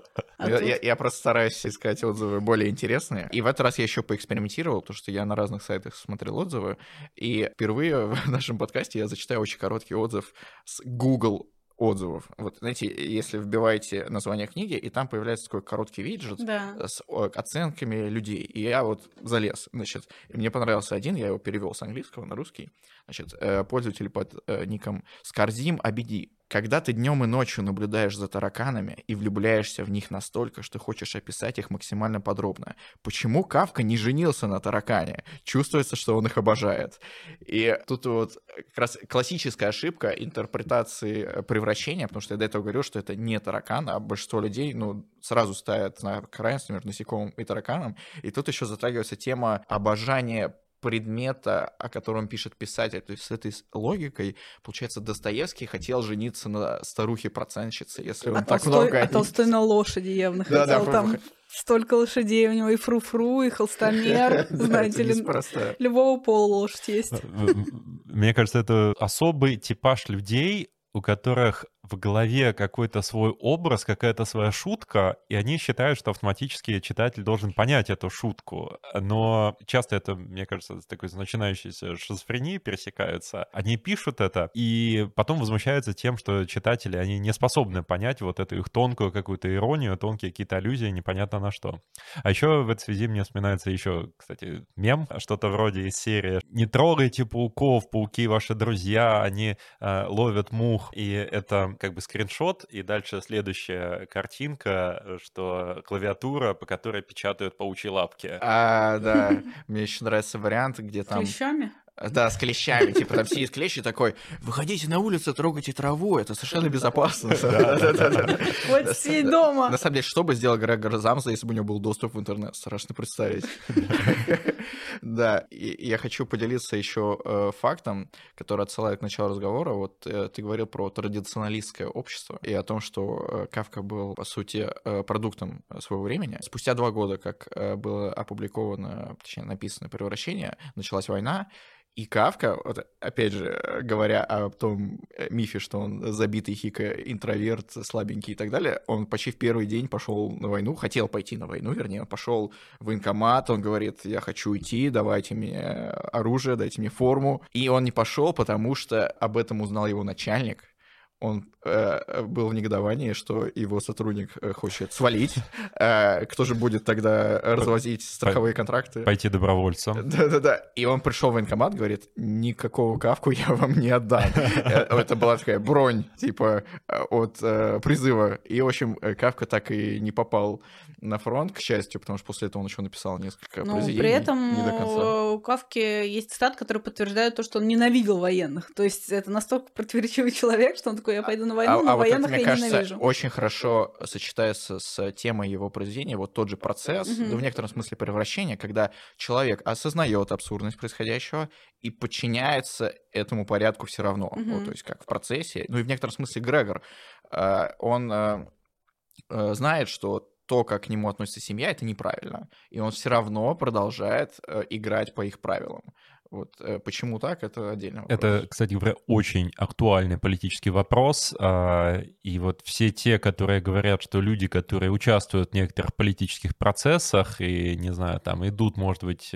Я просто стараюсь искать отзывы более интересные. И в этот раз я еще поэкспериментировал, потому что я на разных сайтах смотрел отзывы. И впервые в нашем подкасте я зачитаю очень короткий отзыв с Google отзывов. Вот, знаете, если вбиваете название книги, и там появляется такой короткий виджет с оценками людей. И я вот залез, значит, и мне понравился один, я его перевел с английского на русский. Значит, пользователь под ником Скарзим Абиди. Когда ты днем и ночью наблюдаешь за тараканами и влюбляешься в них настолько, что хочешь описать их максимально подробно, почему Кафка не женился на таракане? Чувствуется, что он их обожает. И тут вот как раз классическая ошибка интерпретации превращения, потому что я до этого говорил, что это не таракан, а большинство людей, сразу ставят знак равенства между насекомым и тараканом. И тут еще затрагивается тема обожания предмета, о котором пишет писатель. То есть с этой логикой, получается, Достоевский хотел жениться на старухе-процентщице, если он так много... А Толстой на лошади явно хотел. Там столько лошадей у него, и фру-фру, и холстомер, знаете ли, любого пола лошадь есть. Мне кажется, это особый типаж людей, у которых в голове какой-то свой образ, какая-то своя шутка, и они считают, что автоматически читатель должен понять эту шутку. Но часто это, мне кажется, с такой начинающейся шизофренией пересекаются. Они пишут это, и потом возмущаются тем, что читатели, они не способны понять вот эту их тонкую какую-то иронию, тонкие какие-то аллюзии, непонятно на что. А еще в этой связи мне вспоминается еще, кстати, мем, что-то вроде из серии «Не трогайте пауков, пауки ваши друзья, они ловят мух». И это как бы скриншот, и дальше следующая картинка, что клавиатура, по которой печатают паучьи лапки. Да. Мне еще нравится вариант, где там... С клещами? Да, с клещами. Типа там сидит клещ и такой: выходите на улицу, трогайте траву, это совершенно безопасно. Вот сидеть дома. На самом деле, что бы сделал Грегор Замса, если бы у него был доступ в интернет? Страшно представить. Да, и я хочу поделиться еще фактом, который отсылает к началу разговора. Вот ты говорил про традиционалистское общество и о том, что Кафка был, по сути, продуктом своего времени. Спустя 2 года, как было опубликовано, точнее, написано «Превращение», началась война, И Кафка, вот, опять же, говоря о том мифе, что он забитый хика, интроверт, слабенький и так далее, он почти в первый день пошел на войну, хотел пойти на войну, вернее, он пошел в военкомат, он говорит, я хочу идти, давайте мне оружие, дайте мне форму. И он не пошел, потому что об этом узнал его начальник. Он был в негодовании, что его сотрудник хочет свалить. Кто же будет тогда развозить страховые контракты? Пойти добровольцем. Да-да-да. И он пришел в военкомат, говорит, никакого Кафку я вам не отдам. Это была такая бронь, типа, от призыва. И, в общем, Кафка так и не попал на фронт, к счастью, потому что после этого он еще написал несколько произведений. При этом не до конца. у Кафки есть цитаты, которые подтверждают то, что он ненавидел военных. То есть это настолько противоречивый человек, что он такой, я пойду на войну, но военных вот это, я мне ненавижу. кажется, очень хорошо сочетается с темой его произведения, вот тот же процесс, в некотором смысле превращения, когда человек осознает абсурдность происходящего и подчиняется этому порядку все равно. Вот, то есть как в процессе. Ну и в некотором смысле Грегор, он знает, что то, как к нему относится семья, это неправильно. И он все равно продолжает играть по их правилам. Вот почему так, это отдельный вопрос. Это, кстати говоря, очень актуальный политический вопрос. И вот все те, которые говорят, что люди, которые участвуют в некоторых политических процессах и, не знаю, там идут, может быть,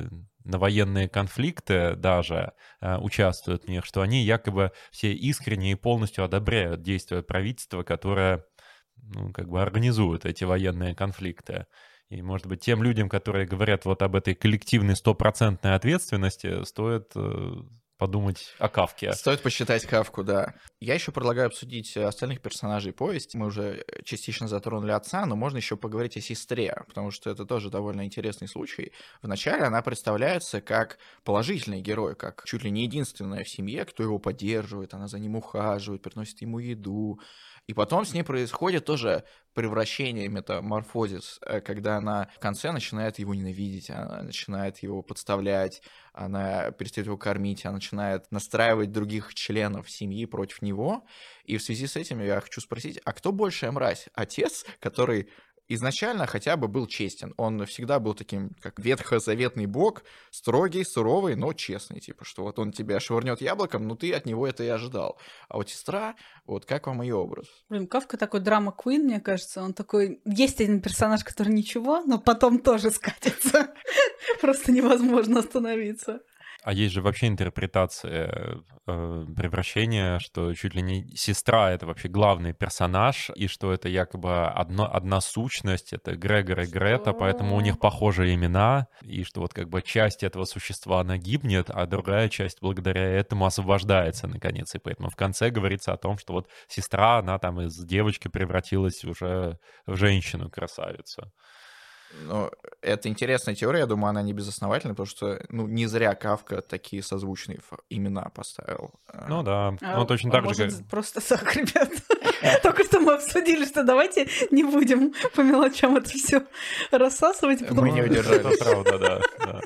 на военные конфликты даже участвуют в них, что они якобы все искренне и полностью одобряют действия правительства, которое, ну, как бы организует эти военные конфликты. И, может быть, тем людям, которые говорят вот об этой коллективной 100% ответственности, стоит подумать о Кафке. Стоит посчитать Кафку, да. Я еще предлагаю обсудить остальных персонажей повести. Мы уже частично затронули отца, но можно еще поговорить о сестре, потому что это тоже довольно интересный случай. Вначале она представляется как положительный герой, как чуть ли не единственная в семье, кто его поддерживает, она за ним ухаживает, приносит ему еду. И потом с ней происходит тоже превращение, метаморфозис, когда она в конце начинает его ненавидеть, она начинает его подставлять, она перестает его кормить, она начинает настраивать других членов семьи против него. И в связи с этим я хочу спросить, а кто большая мразь? Отец, который изначально хотя бы был честен. Он всегда был таким, как ветхозаветный бог, строгий, суровый, но честный. Типа, что вот он тебя швырнет яблоком, но ты от него это и ожидал. А вот сестра, вот как вам ее образ? Блин, Кафка такой драма-квин, мне кажется. Он такой... Есть один персонаж, который ничего, но потом тоже скатится. Просто невозможно остановиться. А есть же вообще интерпретация превращения, что чуть ли не сестра — это вообще главный персонаж, и что это якобы одна сущность, это Грегор и Грета, поэтому у них похожие имена, и что вот как бы часть этого существа, она гибнет, а другая часть благодаря этому освобождается, наконец. И поэтому в конце говорится о том, что вот сестра, она там из девочки превратилась уже в женщину-красавицу. Ну, это интересная теория, я думаю, она не безосновательна, потому что, ну, не зря Кафка такие созвучные имена поставил. Ну да, ну точно так же. Может, просто так, ребят. Только что мы обсудили, что давайте не будем по мелочам это все рассасывать. Мы не удержались. Это правда,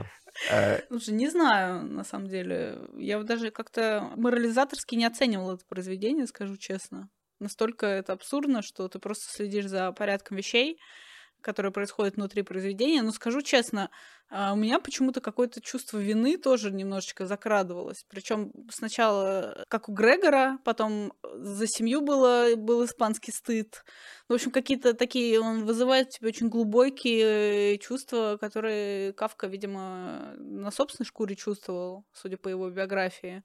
да. Слушай, не знаю, на самом деле. Я вот даже как-то морализаторски не оценивала это произведение, скажу честно. Настолько это абсурдно, что ты просто следишь за порядком вещей, которые происходят внутри произведения. Но скажу честно, у меня почему-то какое-то чувство вины тоже немножечко закрадывалось. Причем сначала, как у Грегора, потом за семью был испанский стыд. В общем, какие-то такие... Он вызывает в тебе очень глубокие чувства, которые Кафка, видимо, на собственной шкуре чувствовал, судя по его биографии.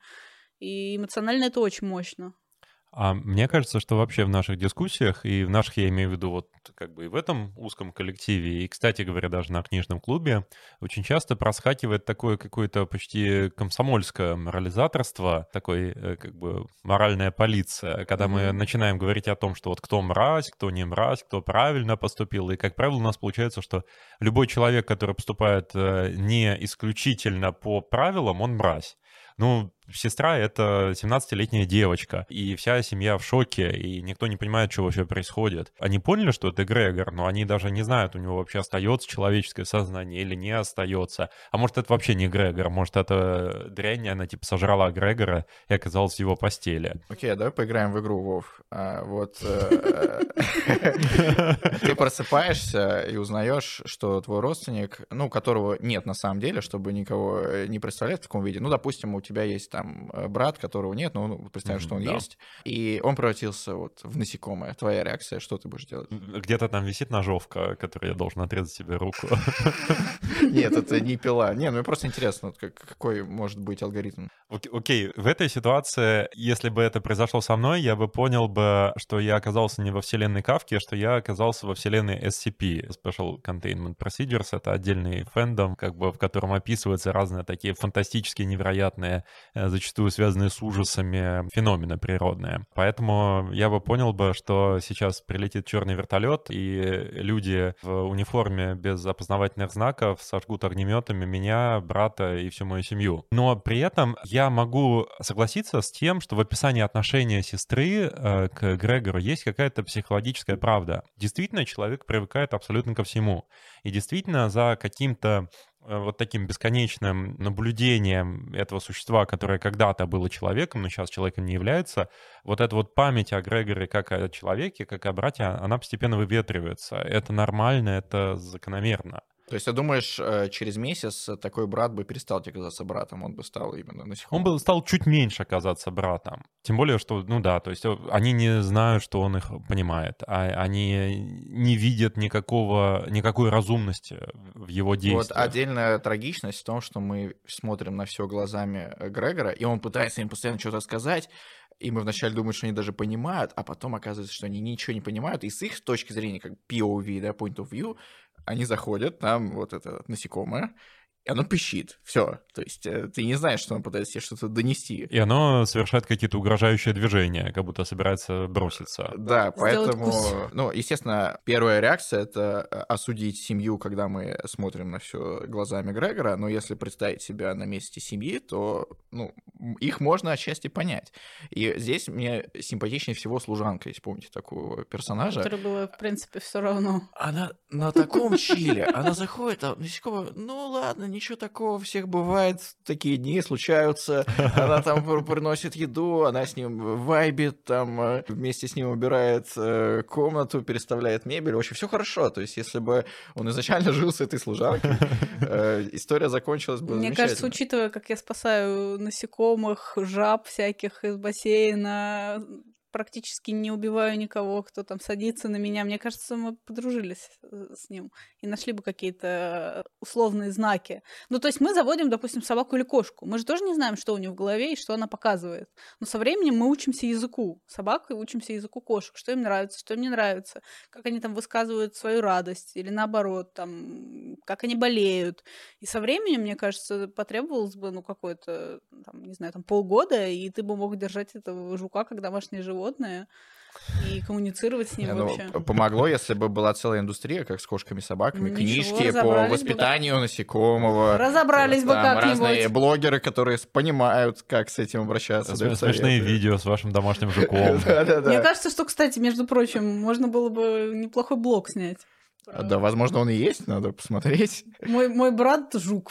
И эмоционально это очень мощно. А мне кажется, что вообще в наших дискуссиях, и в наших, я имею в виду, вот как бы и в этом узком коллективе, и, кстати говоря, даже на книжном клубе, очень часто проскакивает такое какое-то почти комсомольское морализаторство, такой как бы моральная полиция, когда мы начинаем говорить о том, что вот кто мразь, кто не мразь, кто правильно поступил, и, как правило, у нас получается, что любой человек, который поступает не исключительно по правилам, он мразь. Ну, Сестра — это 17-летняя девочка, и вся семья в шоке, и никто не понимает, что вообще происходит. Они поняли, что это Грегор, но они даже не знают, у него вообще остается человеческое сознание или не остается. А может, это вообще не Грегор, может, это дрянь, она типа сожрала Грегора и оказалась в его постели. Окей, давай поиграем в игру, Вов. Ты просыпаешься и узнаешь, что твой родственник, ну, которого нет на самом деле, чтобы никого не представлять в таком виде. Ну, допустим, у тебя есть там брат, которого нет, но представим, что он есть, и он превратился вот в насекомое. Твоя реакция, что ты будешь делать? Где-то там висит ножовка, которой я должен отрезать себе руку. Нет, это не пила. Не, ну мне просто интересно, какой может быть алгоритм. Окей, в этой ситуации, если бы это произошло со мной, я бы понял бы, что я оказался не во вселенной Кафки, а что я оказался во вселенной SCP, Special Containment Procedures. Это отдельный фэндом, как бы, в котором описываются разные такие фантастические, невероятные, зачастую связанные с ужасами феномены природные. Поэтому я бы понял бы, что сейчас прилетит черный вертолет, и люди в униформе без опознавательных знаков сожгут огнеметами меня, брата и всю мою семью. Но при этом я могу согласиться с тем, что в описании отношения сестры к Грегору есть какая-то психологическая правда. Действительно, человек привыкает абсолютно ко всему. И действительно, за каким-то вот таким бесконечным наблюдением этого существа, которое когда-то было человеком, но сейчас человеком не является, вот эта вот память о Грегоре как о человеке, как о брате, она постепенно выветривается. Это нормально, это закономерно. То есть ты думаешь, через месяц такой брат бы перестал тебе казаться братом, он бы стал именно насекомым? Он бы стал чуть меньше казаться братом. Тем более, что, ну да, то есть они не знают, что он их понимает, а они не видят никакой разумности в его действиях. Вот отдельная трагичность в том, что мы смотрим на все глазами Грегора, и он пытается им постоянно что-то сказать, и мы вначале думаем, что они даже понимают, а потом оказывается, что они ничего не понимают, и с их точки зрения, как POV, да, point of view, они заходят, там вот это насекомое, и оно пищит. Все. То есть ты не знаешь, что он пытается тебе что-то донести. И оно совершает какие-то угрожающие движения, как будто собирается броситься. Да, Сделать поэтому, вкус. ну, естественно, первая реакция — это осудить семью, когда мы смотрим на все глазами Грегора, но если представить себя на месте семьи, то, ну, их можно отчасти понять. И здесь мне симпатичнее всего служанка, если помните такого персонажа. Которой было, в принципе, все равно. Она на таком чиле, она заходит, а насекомое, ну ладно, ничего такого, у всех бывает, такие дни случаются, она там приносит еду, она с ним вайбит, там вместе с ним убирает комнату, переставляет мебель, вообще все хорошо, то есть если бы он изначально жил с этой служанкой, история закончилась бы Мне замечательно. кажется, учитывая, как я спасаю насекомых, жаб всяких из бассейна, практически не убиваю никого, кто там садится на меня. Мне кажется, мы подружились с ним и нашли бы какие-то условные знаки. Ну, то есть мы заводим, допустим, собаку или кошку. Мы же тоже не знаем, что у нее в голове и что она показывает. Но со временем мы учимся языку собак и учимся языку кошек. Что им нравится, что им не нравится. Как они там высказывают свою радость или наоборот, там, как они болеют. И со временем, мне кажется, потребовалось бы, ну, какое-то, там, не знаю, там, полгода, и ты бы мог держать этого жука как домашнее животное и коммуницировать с ним вообще. Помогло, если бы была целая индустрия, как с кошками и собаками, Ну, книжки ничего, по разобрались бы. воспитанию насекомого. Разобрались бы Там разные как-нибудь. блогеры, которые понимают, как с этим обращаться. дают Смешные советы. видео с вашим домашним жуком. Мне Да-да-да. кажется, что, кстати, между прочим, можно было бы неплохой блог снять. Да, возможно, он и есть, надо посмотреть. Мой брат жук.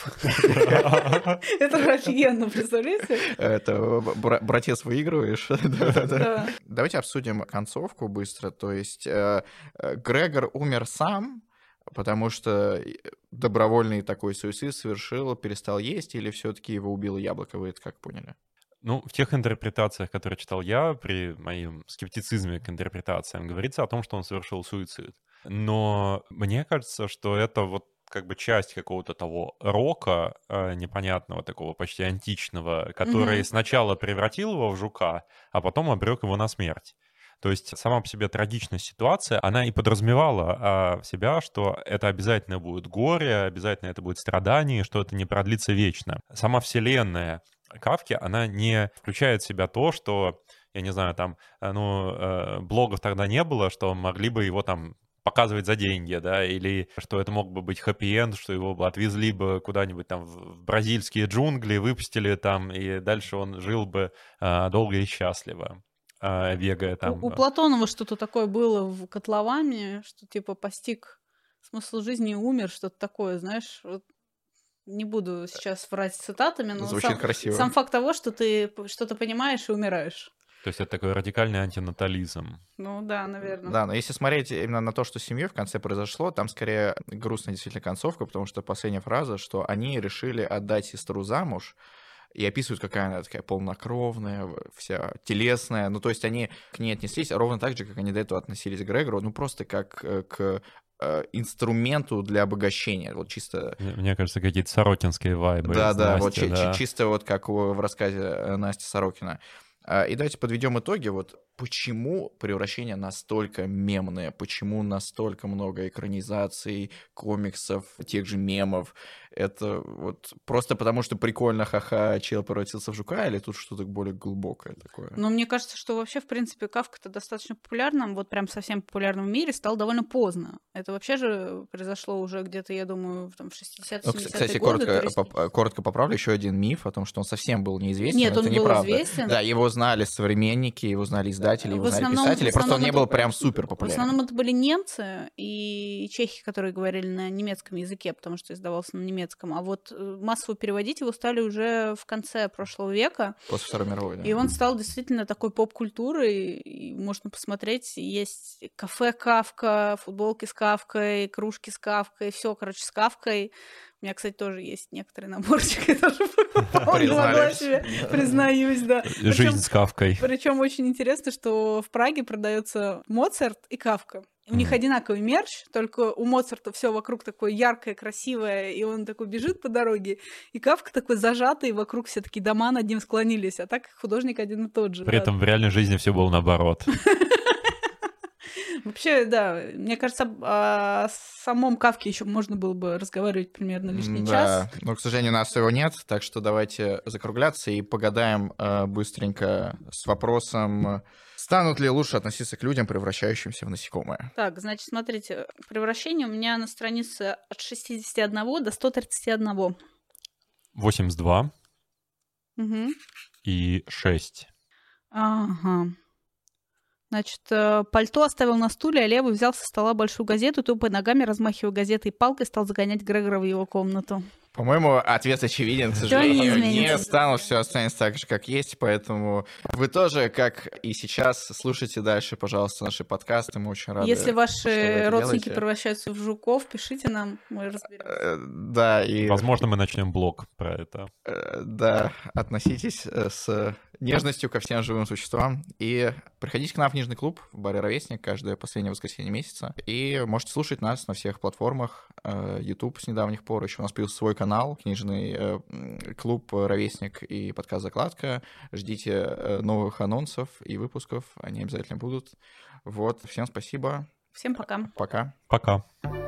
Это же офигенно, представляете? Это братец выигрываешь. Да-да-да. Да. Давайте обсудим концовку быстро. То есть Грегор умер сам, потому что добровольный такой суицид совершил, перестал есть, или все-таки его убило яблоко, вы это как поняли? Ну, в тех интерпретациях, которые читал я, при моем скептицизме к интерпретациям, говорится о том, что он совершил суицид. Но мне кажется, что это вот как бы часть какого-то того рока непонятного, такого почти античного, который сначала превратил его в жука, а потом обрек его на смерть. То есть сама по себе трагичность ситуации, она и подразумевала в себя, что это обязательно будет горе, обязательно это будет страдание, что это не продлится вечно. Сама вселенная Кафки, она не включает в себя то, что, я не знаю, там, блогов тогда не было, что могли бы его там показывать за деньги, да, или что это мог бы быть хэппи-энд, что его бы отвезли бы куда-нибудь там в бразильские джунгли, выпустили там, и дальше он жил бы долго и счастливо, бегая там. У Платонова что-то такое было в «Котловане», что типа постиг смысл жизни и умер, что-то такое, знаешь, вот. Не буду сейчас врать цитатами, но Звучит красиво. сам факт того, что ты что-то понимаешь и умираешь. То есть это такой радикальный антинатализм. Ну да, наверное. Да, но если смотреть именно на то, что с семьей в конце произошло, там скорее грустная действительно концовка, потому что последняя фраза, что они решили отдать сестру замуж, и описывают, какая она такая полнокровная, вся телесная. Ну, то есть они к ней отнеслись ровно так же, как они до этого относились к Грегору, ну, просто как к инструменту для обогащения, вот чисто... Мне кажется, какие-то сорокинские вайбы. Да, Насти, вот чисто вот как в рассказе Насти Сорокина. И давайте подведем итоги. Вот почему превращение настолько мемное, почему настолько много экранизаций, комиксов, тех же мемов. Это вот просто потому, что прикольно, ха-ха, чел превратился в жука, или тут что-то более глубокое такое? Ну, мне кажется, что вообще, в принципе, Кафка-то достаточно популярным, вот прям совсем популярным в мире, стал довольно поздно. Это вообще же произошло уже где-то, я думаю, в 60-70-е Кстати, годы. коротко поправлю, еще один миф о том, что он совсем был неизвестен. Нет, это он был неправда. известен. Да, его знали современники, его знали издатели, его знали писатели, просто он не был прям супер В популярен. основном это были немцы и чехи, которые говорили на немецком языке, потому что издавался на немецком. А вот массово переводить его стали уже в конце прошлого века. После Второй мировой, да. И он стал действительно такой поп-культурой. И можно посмотреть, есть кафе Кафка, футболки с Кафкой, кружки с Кафкой, все, короче, с Кафкой. У меня, кстати, тоже есть некоторые наборчики, я тоже не могла себе, признаюсь, да. Жизнь с Кафкой. Причем очень интересно, что в Праге продается Моцарт и Кафка. У них одинаковый мерч, только у Моцарта все вокруг такое яркое, красивое, и он такой бежит по дороге, и Кафка такой зажатый, и вокруг все такие дома над ним склонились, а так художник один и тот же. При этом в реальной жизни все было наоборот. Вообще, да, мне кажется, о самом Кафке еще можно было бы разговаривать примерно лишний час. Да, но, к сожалению, у нас его нет, так что давайте закругляться и погадаем быстренько с вопросом, станут ли лучше относиться к людям, превращающимся в насекомое? Так, значит, смотрите, превращение у меня на странице от 61 до 131. 82 Угу. и 6. Ага. Значит, пальто оставил на стуле, а левый взял со стола большую газету, тупой ногами, размахивая газетой и палкой, стал загонять Грегора в его комнату. По-моему, ответ очевиден, к сожалению, не станут, все останется так же, как есть, поэтому вы тоже, как и сейчас, слушайте дальше, пожалуйста, наши подкасты, мы очень рады. Если ваши родственники делаете. Превращаются в жуков, пишите нам, мы разберемся. Да, и... Возможно, мы начнем блог про это. Да, относитесь с нежностью ко всем живым существам и приходите к нам в книжный клуб в баре «Ровесник» каждое последнее воскресенье месяца. И можете слушать нас на всех платформах, YouTube с недавних пор, еще у нас появился свой канал, книжный клуб «Ровесник» и подкаст «Закладка». Ждите новых анонсов и выпусков, они обязательно будут. Вот, всем спасибо. Всем пока. Пока. Пока.